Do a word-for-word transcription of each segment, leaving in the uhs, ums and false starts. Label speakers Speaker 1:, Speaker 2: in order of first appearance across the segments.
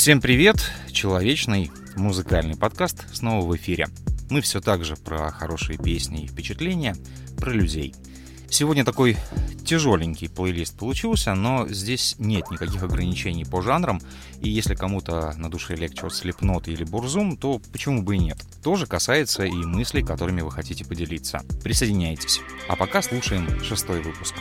Speaker 1: Всем привет! Человечный музыкальный подкаст снова в эфире. Мы все так же про хорошие песни и впечатления, про людей. Сегодня такой тяжеленький плейлист получился, но здесь нет никаких ограничений по жанрам, и если кому-то на душе легче Slipknot или Burzum, то почему бы и нет. Тоже касается и мыслей, которыми вы хотите поделиться. Присоединяйтесь. А пока слушаем шестой выпуск.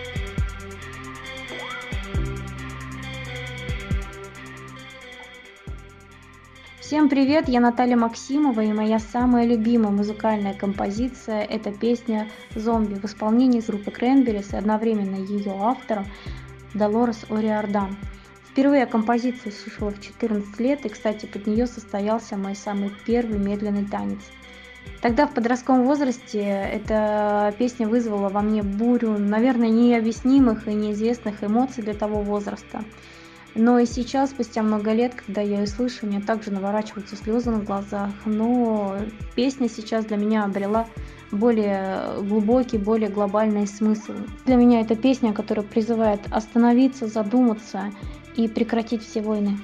Speaker 2: Всем привет, я Наталья Максимова, и моя самая любимая музыкальная композиция – это песня «Зомби» в исполнении группы Cranberries и одновременно ее автором Долорес О'Риордан. Впервые я композицию слушала в четырнадцать лет, и, кстати, под нее состоялся мой самый первый медленный танец. Тогда в подростковом возрасте эта песня вызвала во мне бурю, наверное, необъяснимых и неизвестных эмоций для того возраста. Но и сейчас, спустя много лет, когда я ее слышу, у меня также наворачиваются слезы на глазах. Но песня сейчас для меня обрела более глубокий, более глобальный смысл. Для меня это песня, которая призывает остановиться, задуматься и прекратить все войны.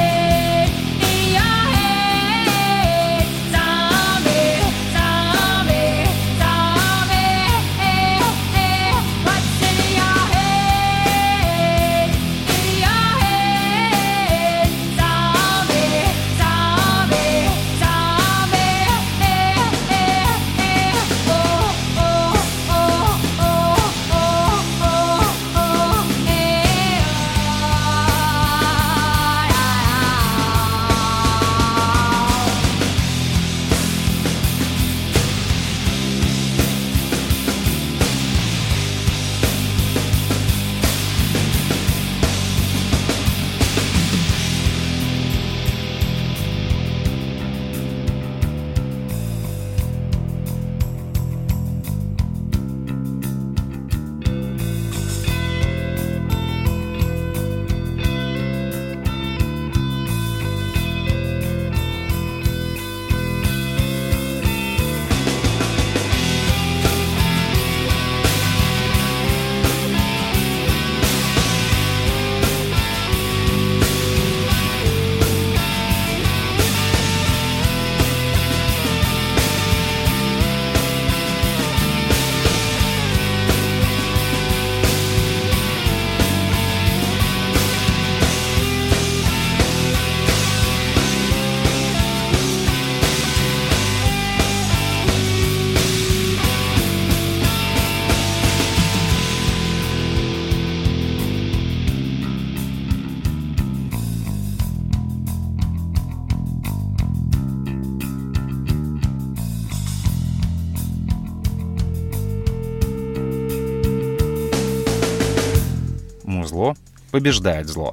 Speaker 3: Zombie, zombie.
Speaker 1: добро побеждает зло.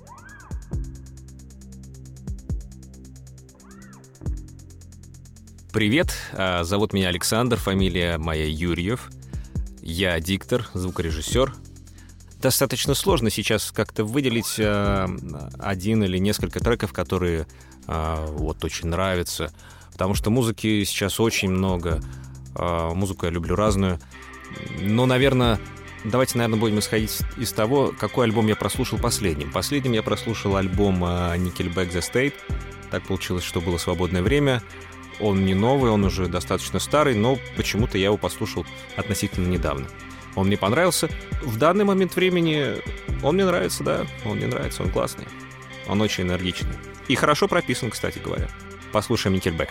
Speaker 3: Привет, зовут меня Александр, фамилия моя Юрьев. Я диктор, звукорежиссер. Достаточно сложно сейчас как-то выделить один или несколько треков, которые вот очень нравятся, потому что музыки сейчас очень много, музыку я люблю разную. Но, наверное, давайте, наверное, будем исходить из того, какой альбом я прослушал последним. Последним я прослушал альбом Nickelback The State. Так получилось, что было свободное время. Он не новый, он уже достаточно старый, но почему-то я его послушал относительно недавно. Он мне понравился. В данный момент времени он мне нравится, да, он мне нравится, он классный. Он очень энергичный. И хорошо прописан, кстати говоря. Послушаем Nickelback.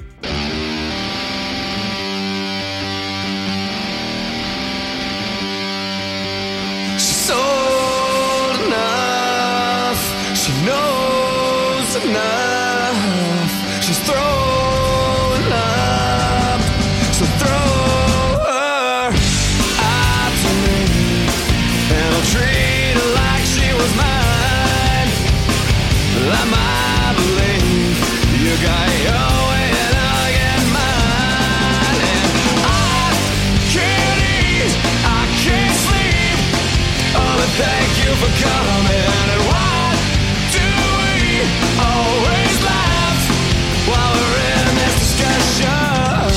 Speaker 4: She's old enough, she knows enough, she's throwing up, so throw her out to me, and I'll treat her like she was mine. I might believe you got your way and I get mine, and I can't eat, I can't sleep. Oh, but thank you for coming. And why do we always laugh while we're in this discussion?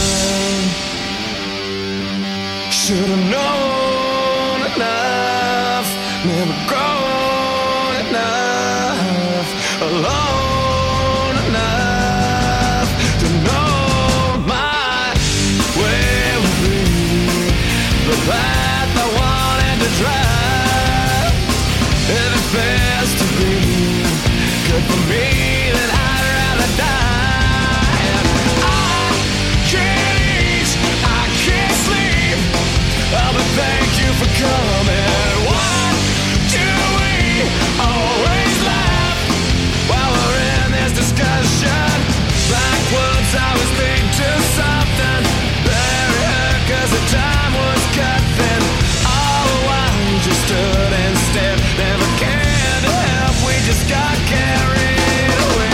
Speaker 4: Should've known enough, never grown enough, alone enough to know my way would be the path I wanted to drive. If it fails to be good for me, then I'd rather die. And I can't eat, I can't sleep. Oh, but thank you for coming. Why do we always laugh while we're in this discussion? Backwards, I was thinking something very hurt, cause the time was cut then. All the while we just stood and stared, never cared to help, we just got carried away.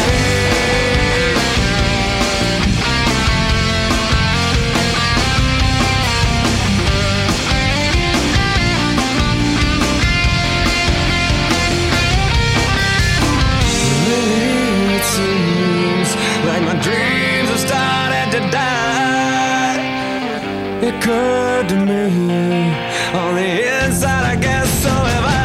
Speaker 4: It seems like my dreams have started to die. It occurred to me on the inside, I guess so have I.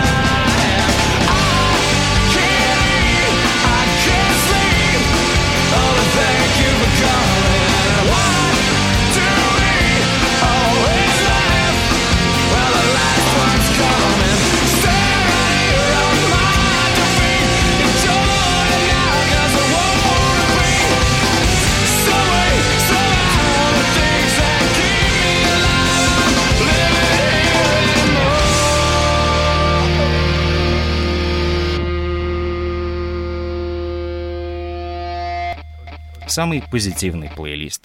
Speaker 4: I can't eat, I can't sleep. Oh, but thank you for calling. Why do we always laugh while the last one's coming? Stare right here on my defeat. Enjoy it now, cause it won't repeat. Some way, somehow, the things that keep me alive, I'm living here anymore.
Speaker 1: Самый позитивный плейлист.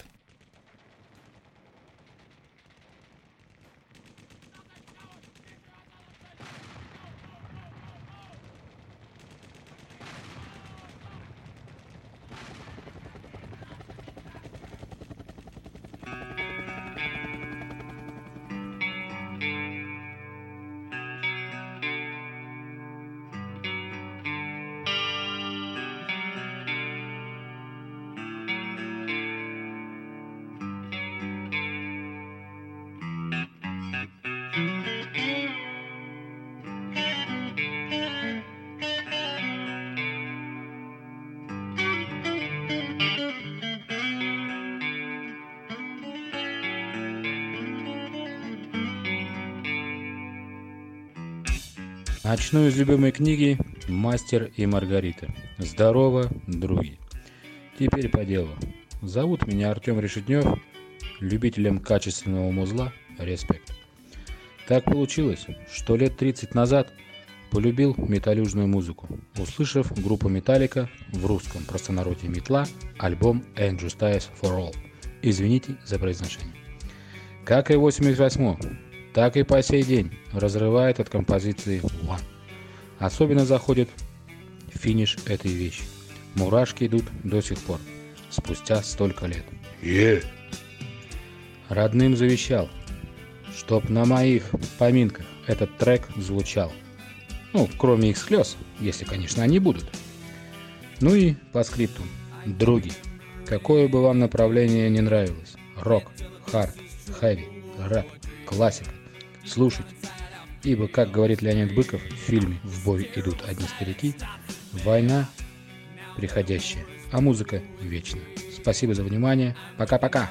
Speaker 5: Начну из любимой книги «Мастер и Маргарита». Здорово, други. Теперь по делу. Зовут меня Артем Решетнев. Любителям качественного музла респект. Так получилось, что лет тридцать назад полюбил металлюжную музыку, услышав группу Металлика, в русском простонародье метла, альбом And Justice for All. Извините за произношение. Как и в восемьдесят восьмом, так и по сей день разрывает от композиции One. Особенно заходит финиш этой вещи. Мурашки идут до сих пор, спустя столько лет.
Speaker 6: Yeah.
Speaker 5: Родным завещал, чтоб на моих поминках этот трек звучал. Ну, кроме их слез, если, конечно, они будут. Ну и по скрипту. Други, какое бы вам направление не нравилось, рок, хард, хэви, рэп, классика, слушайте. Ибо, как говорит Леонид Быков в фильме «В бой идут одни старики», война приходящая, а музыка вечна. Спасибо за внимание. Пока-пока.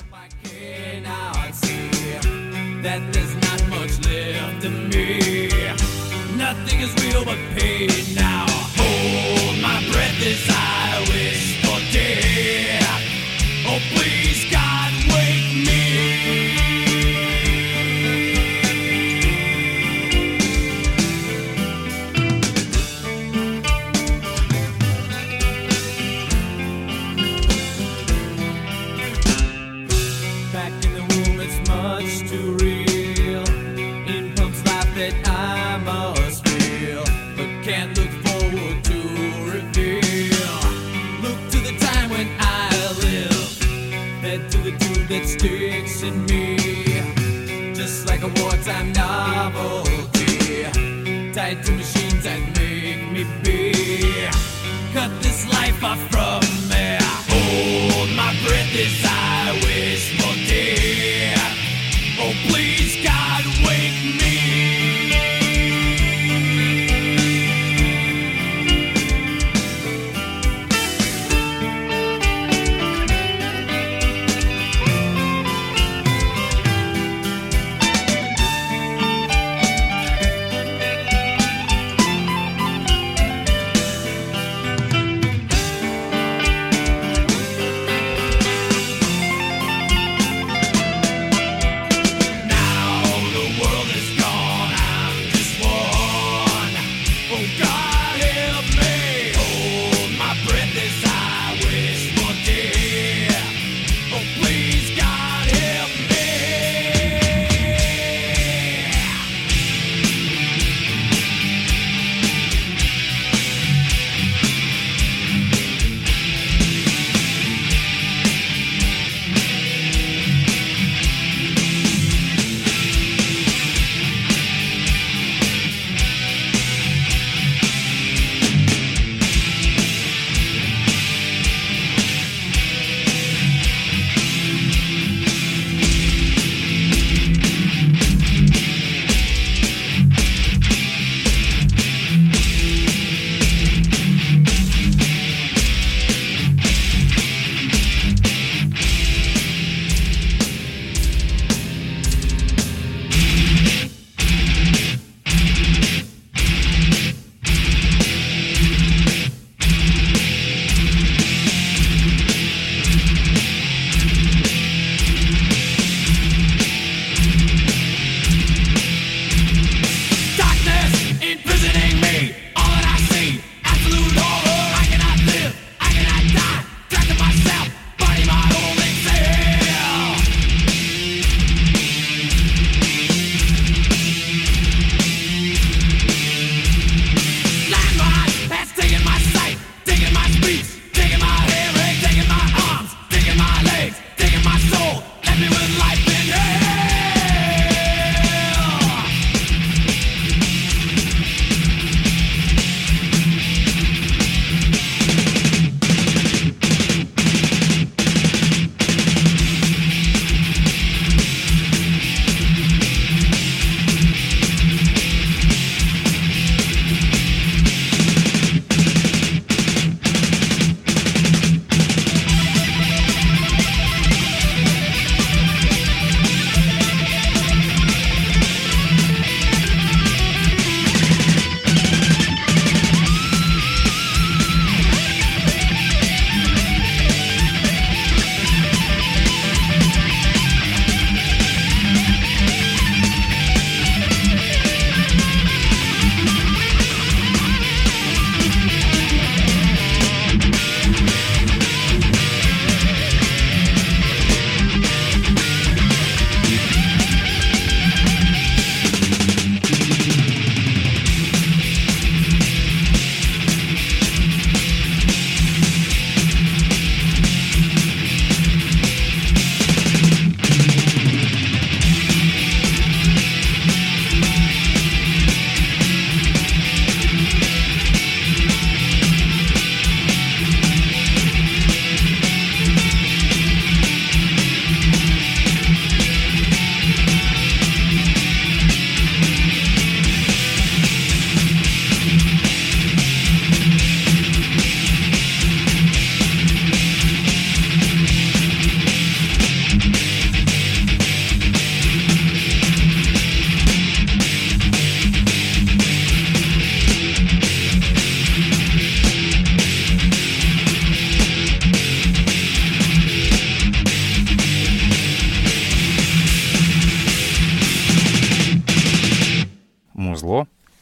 Speaker 4: Nothing is real but pain now. Hold my breath as I wish for death. Oh, please, God, wake me. Back in the room, it's much too real. In Pump's life that I must feel, but can't look forward to reveal. Look to the time when I live, fed to the dude that sticks in me, just like a wartime novelty, tied to machines that make me be. Cut this life off from me. Hold my breath as I wish for death. Oh, please, God, wake me.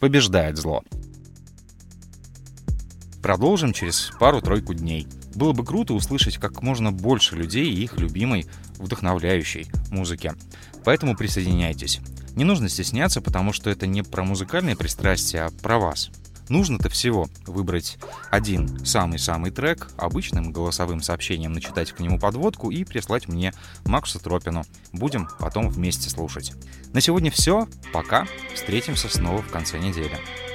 Speaker 1: побеждает зло. Продолжим через пару-тройку дней. Было бы круто услышать как можно больше людей и их любимой, вдохновляющей музыки. Поэтому присоединяйтесь. Не нужно стесняться, потому что это не про музыкальные пристрастия, а про вас. Нужно-то всего выбрать один самый-самый трек, обычным голосовым сообщением начитать к нему подводку и прислать мне, Максу Тропину. Будем потом вместе слушать. На сегодня все. Пока. Встретимся снова в конце недели.